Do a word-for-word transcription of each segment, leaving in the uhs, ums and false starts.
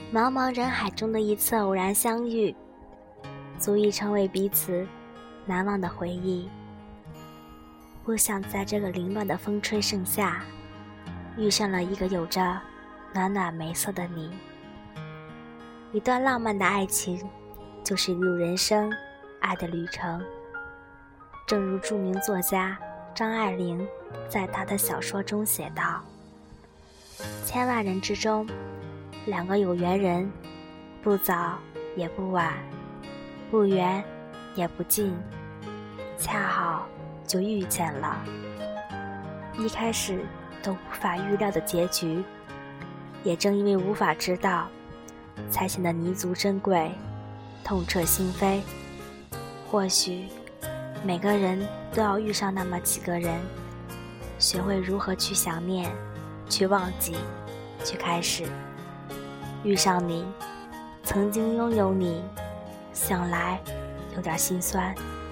茫茫人海中的一次偶然相遇，足以成为彼此难忘的回忆。不想在这个凌乱的风吹盛夏，遇上了一个有着暖暖眉色的你。一段浪漫的爱情，就是一路人生爱的旅程。正如著名作家张爱玲在她的小说中写道：千万人之中，两个有缘人，不早也不晚，不远也不近，恰好就遇见了。一开始都无法预料的结局，也正因为无法知道，才显得弥足珍贵，痛彻心扉。或许每个人都要遇上那么几个人，学会如何去想念，去忘记，去开始。遇上你，曾经拥有你，想来有点心酸。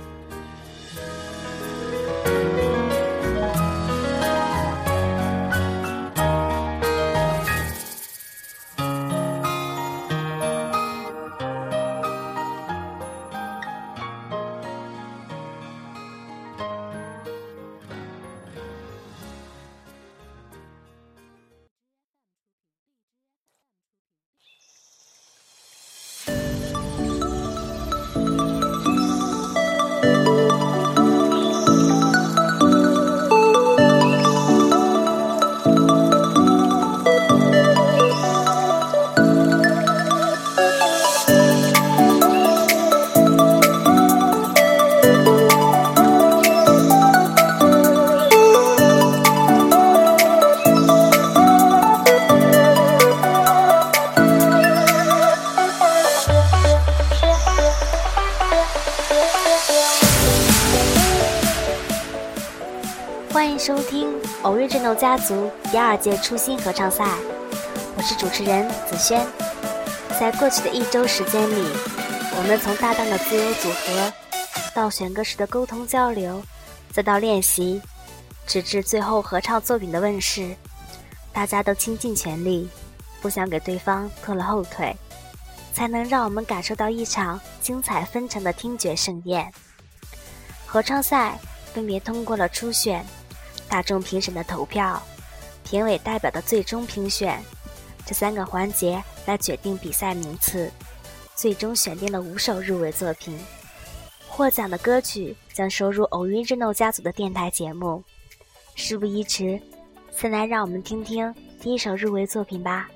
欢迎收听 Original 家族第二届初心合唱赛，我是主持人子轩。在过去的一周时间里，我们从搭档的自由组合，到选歌时的沟通交流，再到练习，直至最后合唱作品的问世，大家都倾尽全力，不想给对方拖了后腿，才能让我们感受到一场精彩纷呈的听觉盛宴。合唱赛分别通过了初选、大众评审的投票、评委代表的最终评选这三个环节来决定比赛名次，最终选定了五首入围作品。获奖的歌曲将收入 Original 家族的电台节目。事不宜迟，先来让我们听听第一首入围作品吧。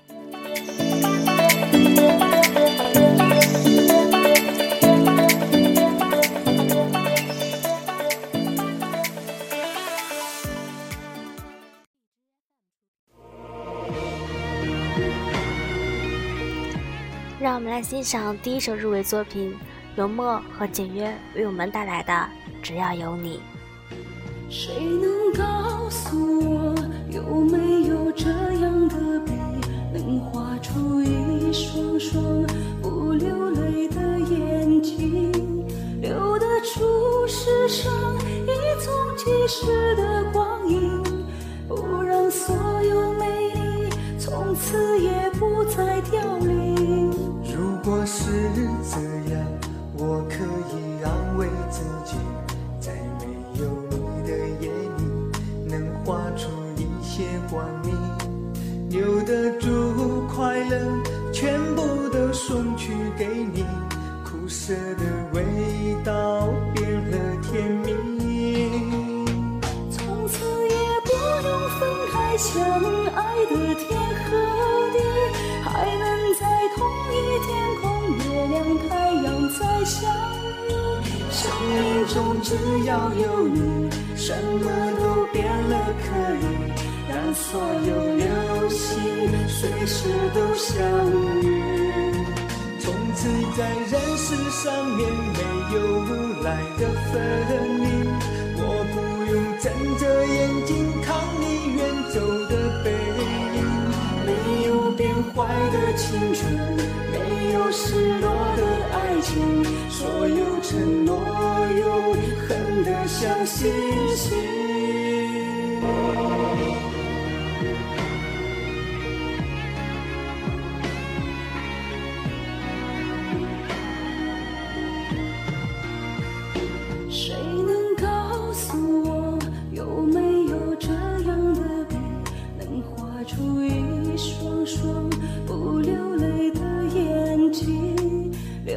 让我们来欣赏第一首入围作品，由默和简约为我们带来的《只要有你》。 谁能告诉我，有没有这样的笔，能画出一双双不流泪的眼睛，留得出世上一纵即逝的光阴，不让所有美丽从此也不再凋零。 如果是这样，我可以安慰自己，在没有你的夜里，能画出一些光明，留得住快乐，全部都送去给你，苦涩的味道变了甜蜜， 从此也不用分开，相爱的天和地，还能在同一天空，月亮太阳再相遇。生命中只要有你，什么都变了，可以让所有流星随时都相遇。 从此在人世上面没有无赖的分明，我不用睁着眼睛看你远走的背影， 没有变坏的青春，没有失落的爱情，所有承诺永恒的像星星。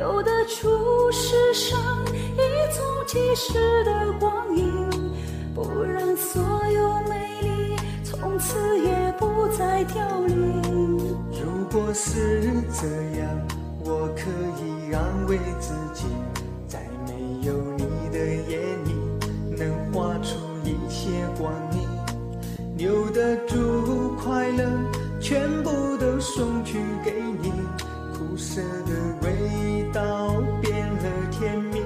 留得出世上一纵即逝的光阴，不然所有美丽从此也不再凋零。 如果是这样，我可以安慰自己，在没有你的夜里，能画出一些光明，留得住快乐，全部都送去给你，苦涩的味道变了甜蜜。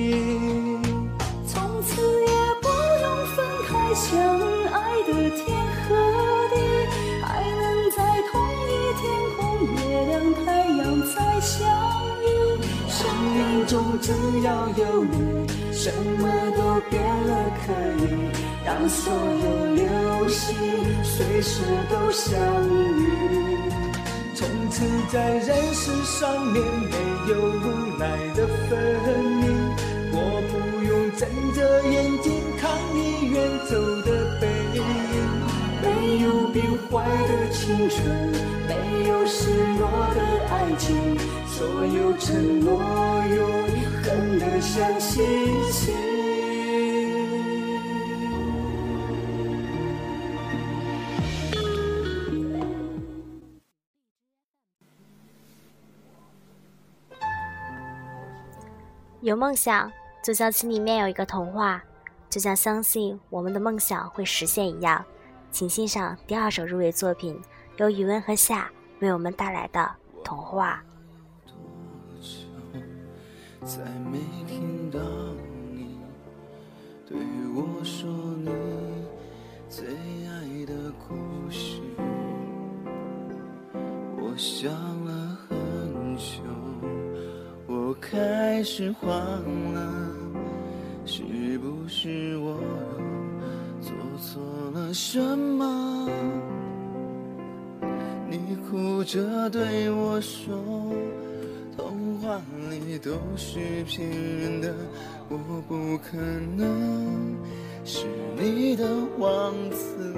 从此也不用分开，相爱的天和地，还能在同一天空，月亮太阳再相遇。 生命中只要有你，什么都变了，可以让所有流星随时都相遇。从此在人世上面没有无奈的分离，我不用睁着眼睛看你远走的背影。没有变坏的青春，没有失落的爱情，所有承诺永恒的像星星。 有梦想就像心里面有一个童话，就像相信我们的梦想会实现一样。请欣赏第二首入围作品，由宇文和夏为我们带来的童话。 再没听到你对我说你最爱的故事，我想了很久，我开始慌了，是不是我做错了什么？你哭着对我说，童话里都是骗人的，我不可能是你的王子。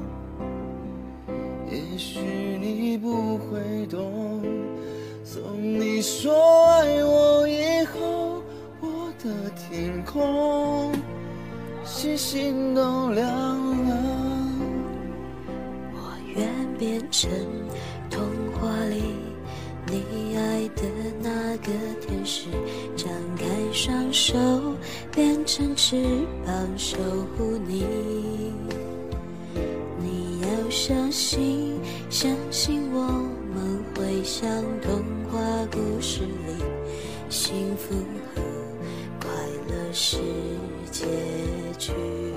也许你不会懂，从你说爱我以后，我的天空星星都亮了。 我愿变成童话里你爱的那个天使，张开双手变成翅膀守护你。你要相信，相信我们会像童话故事里，幸福和快乐是结局。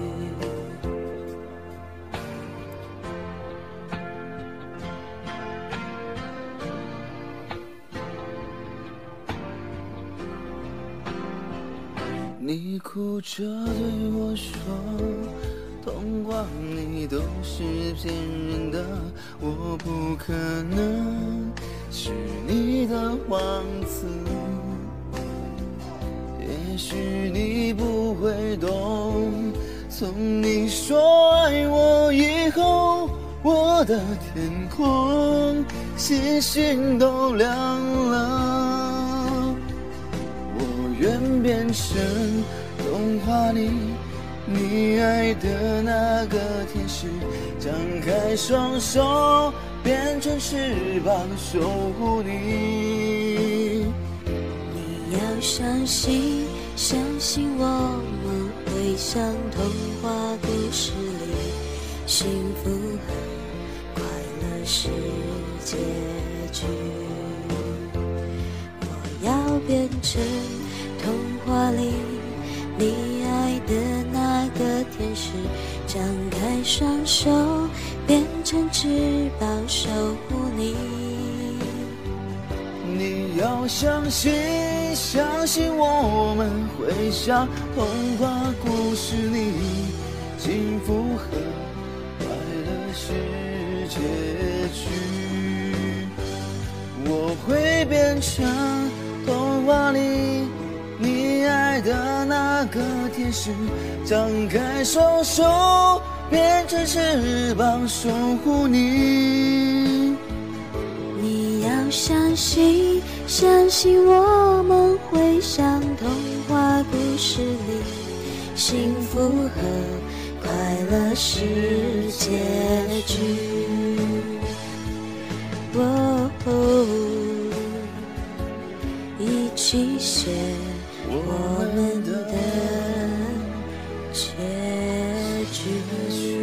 你哭着对我说，童话里都是骗人的，我不可能是你的王子。也许你不会懂，从你说爱我以后，我的天空星星都亮了。我愿变成童话里你爱的那个天使，张开双手变成翅膀守护你。 你要相信，相信我们会像童话故事里，幸福和快乐是结局。我要变成童话里你爱的那个天使，张开双手变成翅膀守护你。 你要相信，相信我们会像童话故事里，幸福和快乐是结局。我会变成童话里你爱的那个天使，张开双手变成翅膀守护你。 你要相信，相信我你像童话故事里幸福和快乐是结局。哦哦，一起写我们的结局。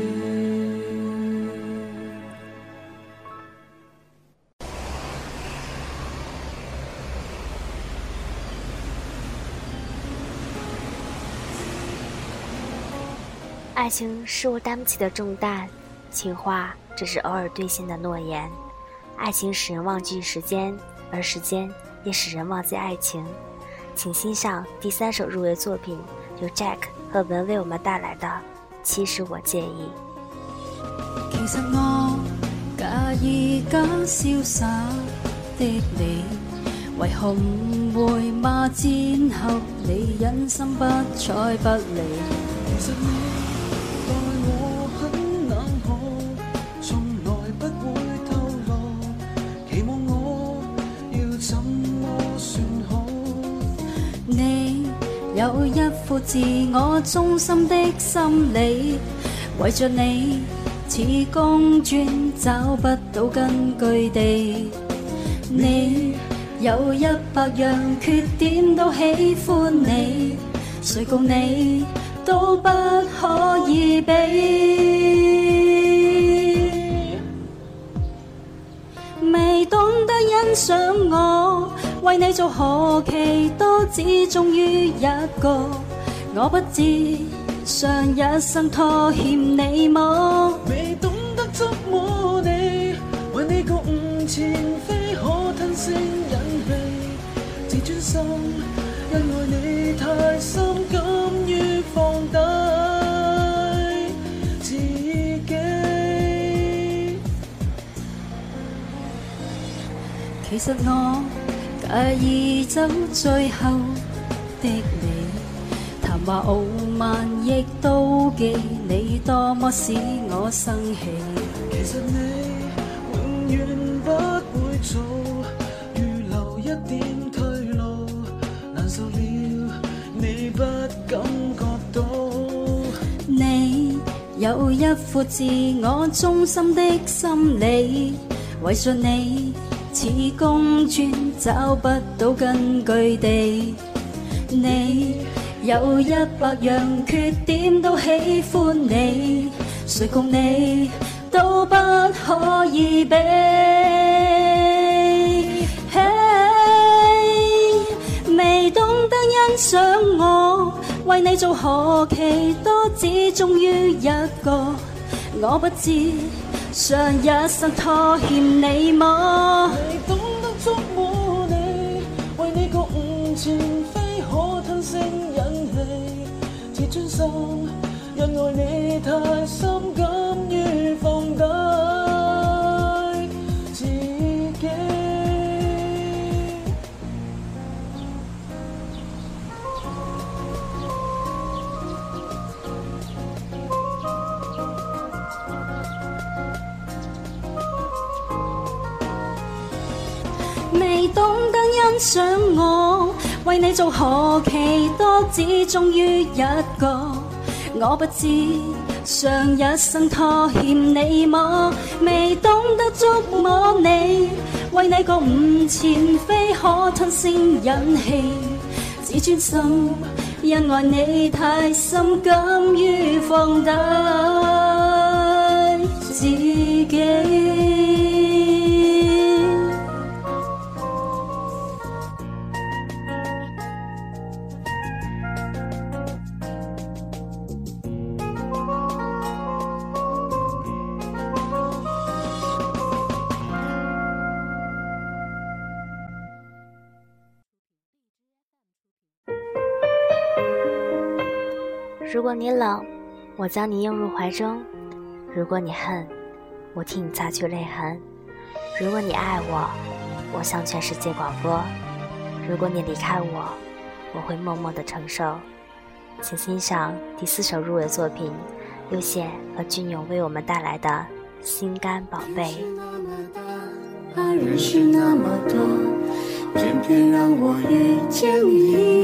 爱情是我担不起的重担，情话只是偶尔兑现的诺言。爱情使人忘记时间，而时间也使人忘记爱情。请欣赏第三首入围作品，由 Jack 和文为我们带来的《其实我介意》。 其實我介意假瀟灑的你，為何誤會罵戰後你忍心不睬不理。其實你待我很冷酷，從來不會透露，期望我要怎麼算好？你有一副自我中心的心理，為着你似公轉找不到根據地。你有一百樣缺點都喜歡你，誰共你都不可以比。未懂得欣賞我，為你做何其多，只終於一個。我不知上一生拖欠你麼？未懂得觸摸你，為你覺悟前非可吞聲忍氣，自尊心因愛你太深，甘於放低自己。其實我介意走最後的你，談話傲慢亦妒忌你，多麼使我生氣。其實你永遠不會做，預留一點退路，難受了你不感覺到。你有一副自我中心的心理，為着你似公轉找不到根據地。你有一百樣缺點都喜歡你，誰共你都不可以比。Hey, 未懂得欣賞我，為你做何其多，只終於一個。我不知上一生拖欠你麼？未懂得觸摸你，為你覺悟前非可吞聲忍氣，自尊心因愛你太深，甘於放低自己。未懂得欣賞我，為你做何其多，只終於一個。我不知上一生拖欠你麼？未懂得觸摸你，為你覺悟前非可吞聲忍氣，只專心因愛你太深，甘於放低自己。 如果你冷，我将你拥入怀中；如果你恨，我替你擦去泪痕；如果你爱我，我向全世界广播；如果你离开我，我会默默地承受。请欣赏第四首入围作品，优宪和俊勇为我们带来的《心肝宝贝》。 爱人是那么多，偏偏让我遇见你。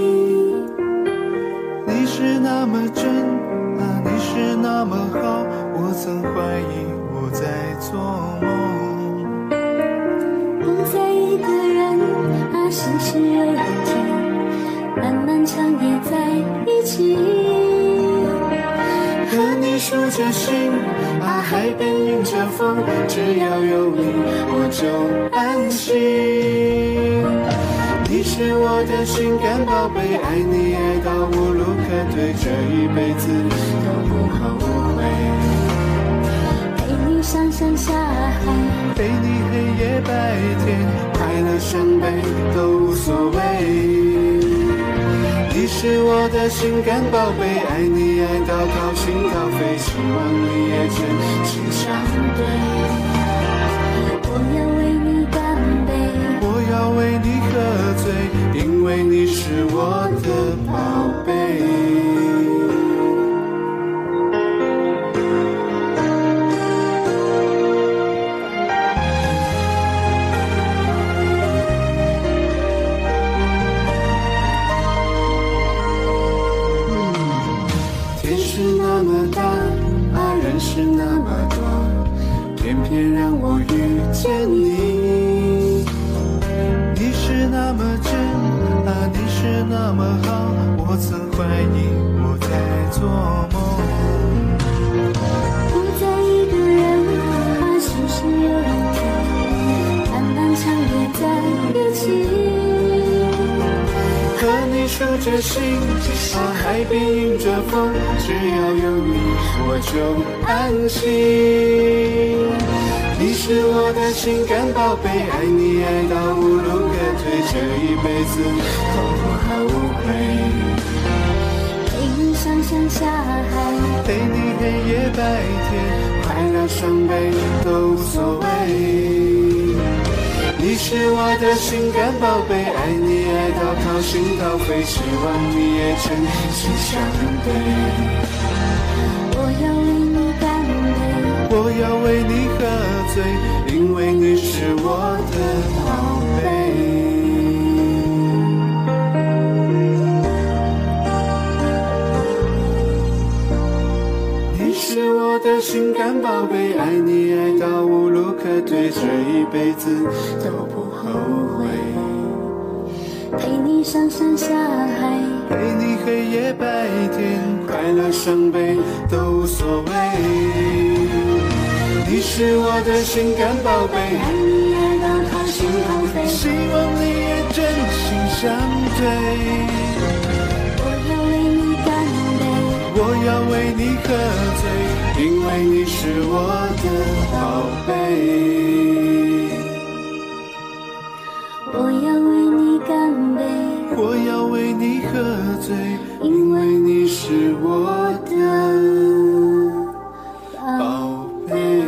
起。 和你数着星，啊，海边迎着风，只要有你我就安心。你是我的心肝宝贝，爱你爱到无路可退，这一辈子都不后悔。 陪你上山下海， 陪你黑夜白天，快乐伤悲都无所谓。你是我的心肝宝贝，爱你爱到掏心掏肺，希望你也真心相对。 我要为你干杯， 我要为你喝醉，因为你是我的宝贝。是那么多，偏偏让我遇见你。你是那么真啊，你是那么好，我曾怀疑我在做梦。 不再一个人，怕是不是有一天漫漫长夜在一起。 和你数着星，啊，海边迎着风，只要有你我就安心。你是我的心肝宝贝，爱你爱到无路可退，这一辈子都不后悔。 陪你上山下海， 陪你黑夜白天，快乐伤悲都无所谓。你是我的心肝宝贝，爱你爱到掏心掏肺，希望你也真心相对。 我要为你干杯， 我要为你喝醉，因为你是我的宝贝。你是我的心肝宝贝，爱你爱到无路可退，这一辈子都不后悔。 陪你上山下海， 陪你黑夜白天，快乐伤悲都无所谓。你是我的心肝宝贝， 爱你爱到掏心掏肺， 希望你也真心相对。 我要为你干杯， 我要为你喝醉，因为你是我的宝贝。 我要为你干杯， 我要为你喝醉，因为你是我的宝贝。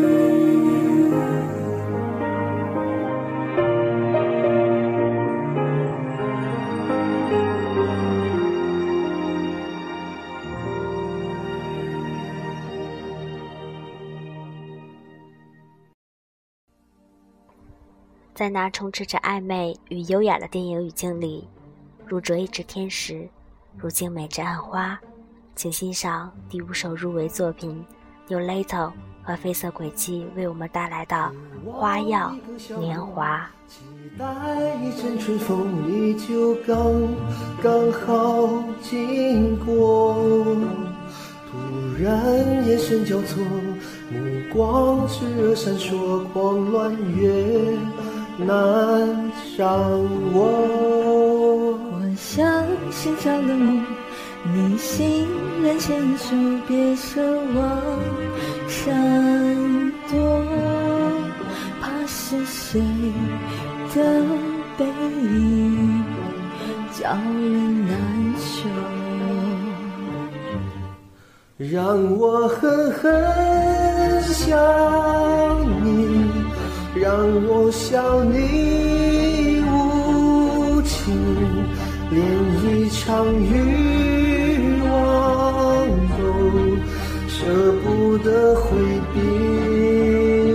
在那充斥着暧昧与优雅的电影语境里，如着一支天使，如精美之暗花，请欣赏第五首入围作品，由 Lato 和绯色轨迹为我们带来的花样年华。 期待一阵春风，你就刚刚好经过，突然眼神交错，目光炽热闪烁，狂乱越难掌握。 我相信着了梦，你欣然牵手，别奢望闪躲，怕是谁的背影叫人难受。 让我狠狠想你，让我笑你无情，连一场欲望都舍不得回避。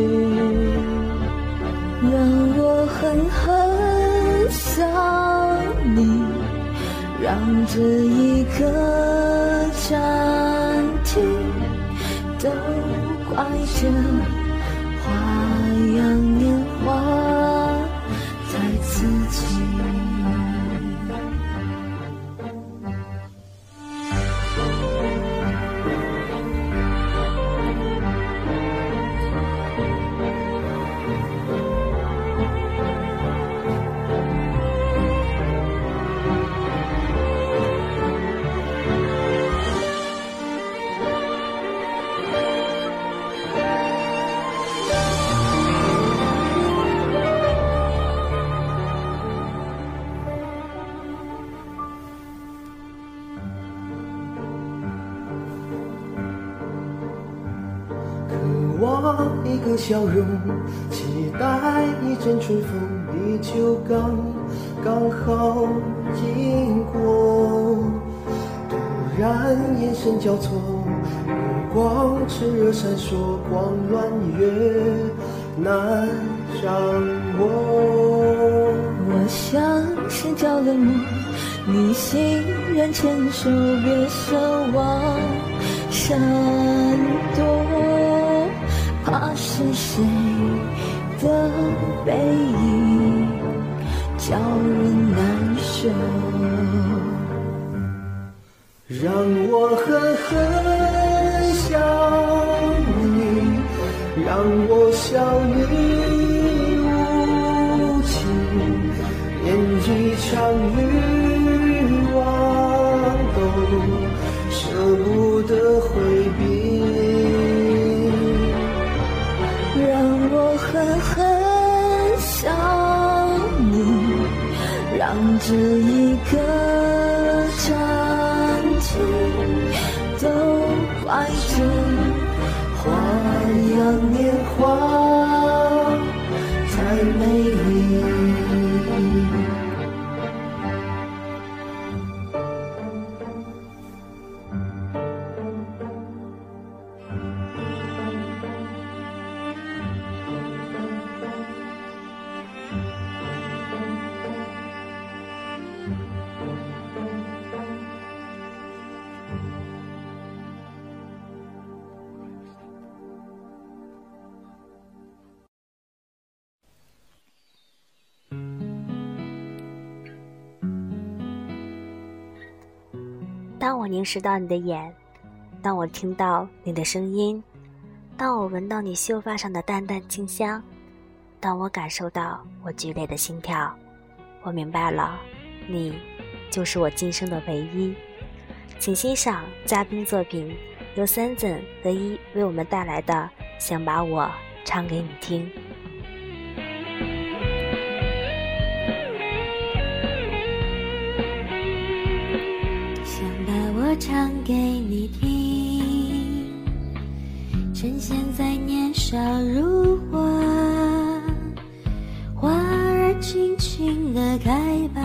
让我狠狠想你，让这一个暂停都怪这花样年华太刺激。 望一个笑容，期待一阵春风，你就刚刚好经过。突然眼神交错，目光炽热闪烁，慌乱越难掌握。 我像是着了魔，你欣然牵手，别奢望闪躲，怕是谁的背影叫人难受。 让我狠狠想你，让我笑你无情，连一场欲望都舍不得回避。 让我狠狠想你，让这一刻暂停，都怪这花样年华太美丽。 当我凝视到你的眼，当我听到你的声音，当我闻到你秀发上的淡淡清香，当我感受到我剧烈的心跳，我明白了，你就是我今生的唯一。请欣赏嘉宾作品，由三怎和一为我们带来的《想把我唱给你听》。 我唱给你听，趁现在年少如花，花儿轻轻地开吧，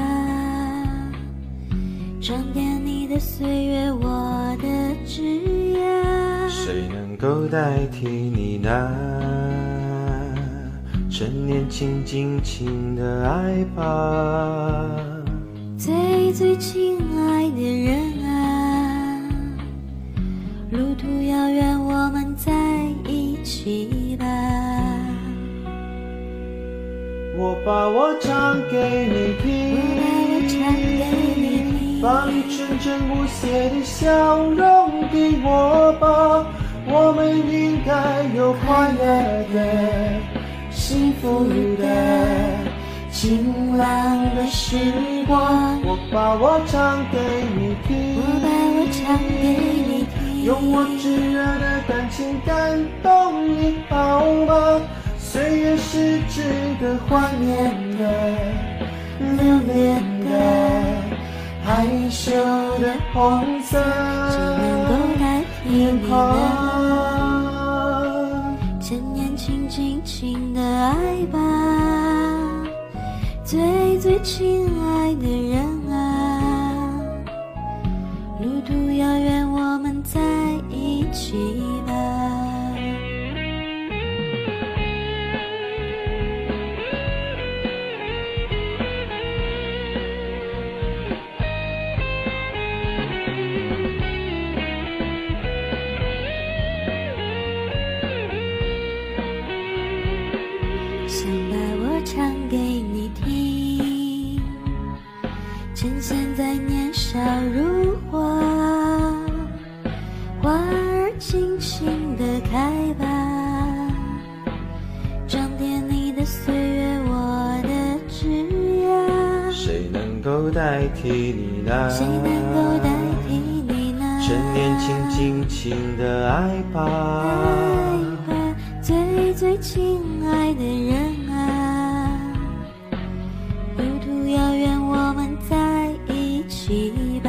装点你的岁月，我的枝桠。 谁能够代替你那趁年轻尽情的爱吧？ 最最亲爱的人啊，路途遥远，我们在一起吧。 我把我唱给你听， 我把我唱给你听， 把你纯真无邪的笑容给我吧。我们应该有快乐的、幸福的、晴朗的时光。我把我唱给你听， 我把我唱给你听， 用我炙热的感情感动你好吗？岁月是值得怀念的、留恋的、害羞的红色只能够代替你那趁年轻尽情的爱吧。最最亲爱的人啊，路途遥远，我们在一起吧。想把我唱给你听，趁现在年少如花，花儿轻轻地开吧，装点你的岁月，我的枝桠。 谁能够代替你那谁能够代替你那趁年轻尽情的爱吧？ 爱吧，最最亲爱的人啊，路途遥远，我们在一起吧。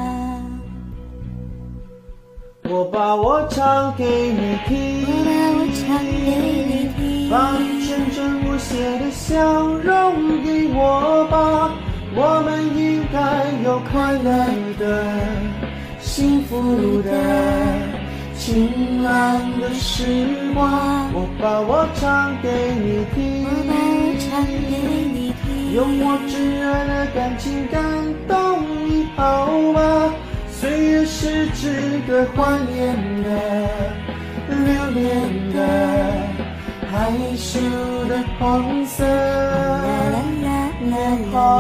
我把我唱给你听， 我把我唱给你听， 把纯真无邪的笑容给我吧，我们应该有快乐的、幸福的、晴朗的时光。我把我唱给你听， 我把我唱给你听， 用我炙热的感情感动你好吗？岁月是值得怀念的、留恋的、害羞的黄色啦啦啦啦花。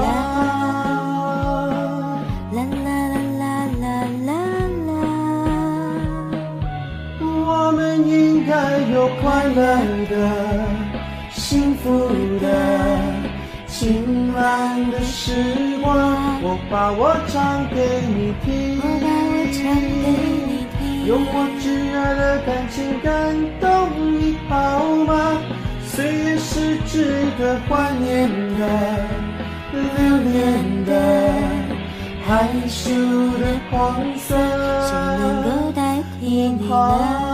啦啦啦啦啦啦啦， 我们应该有快乐的、幸福的、晴朗的时光。我把我唱给你听， 我把我唱给你听， 用我炙热的感情感动你好吗？岁月是值得怀念的、留恋的、害羞的黄色。 谁能够代替你呢？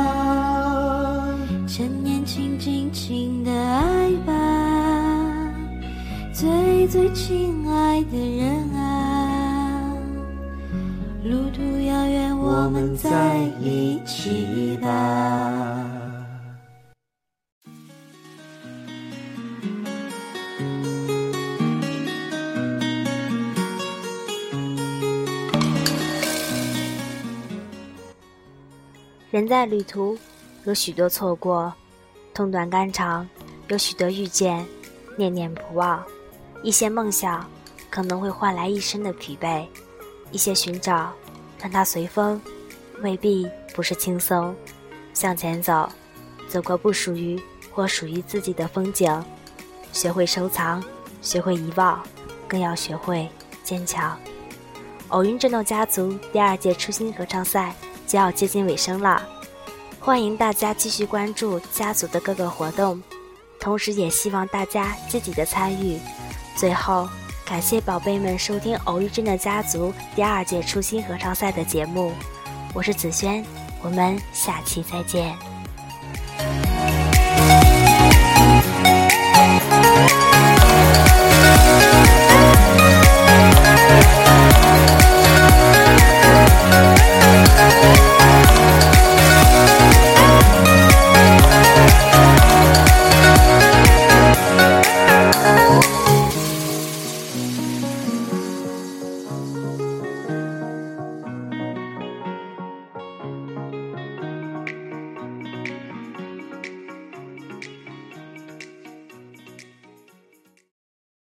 趁年轻尽情的爱吧，最最亲爱的人啊，路途遥远，我们在一起吧。 人在旅途，有许多错过，痛短肝肠，有许多遇见，念念不忘。一些梦想可能会换来一生的疲惫，一些寻找让它随风，未必不是轻松。向前走，走过不属于或属于自己的风景，学会收藏，学会遗忘，更要学会坚强。偶运震动家族第二届初心合唱赛就要接近尾声了，欢迎大家继续关注家族的各个活动，同时也希望大家积极的参与。最后，感谢宝贝们收听偶遇真的家族第二届初心合唱赛的节目，我是子萱，我们下期再见。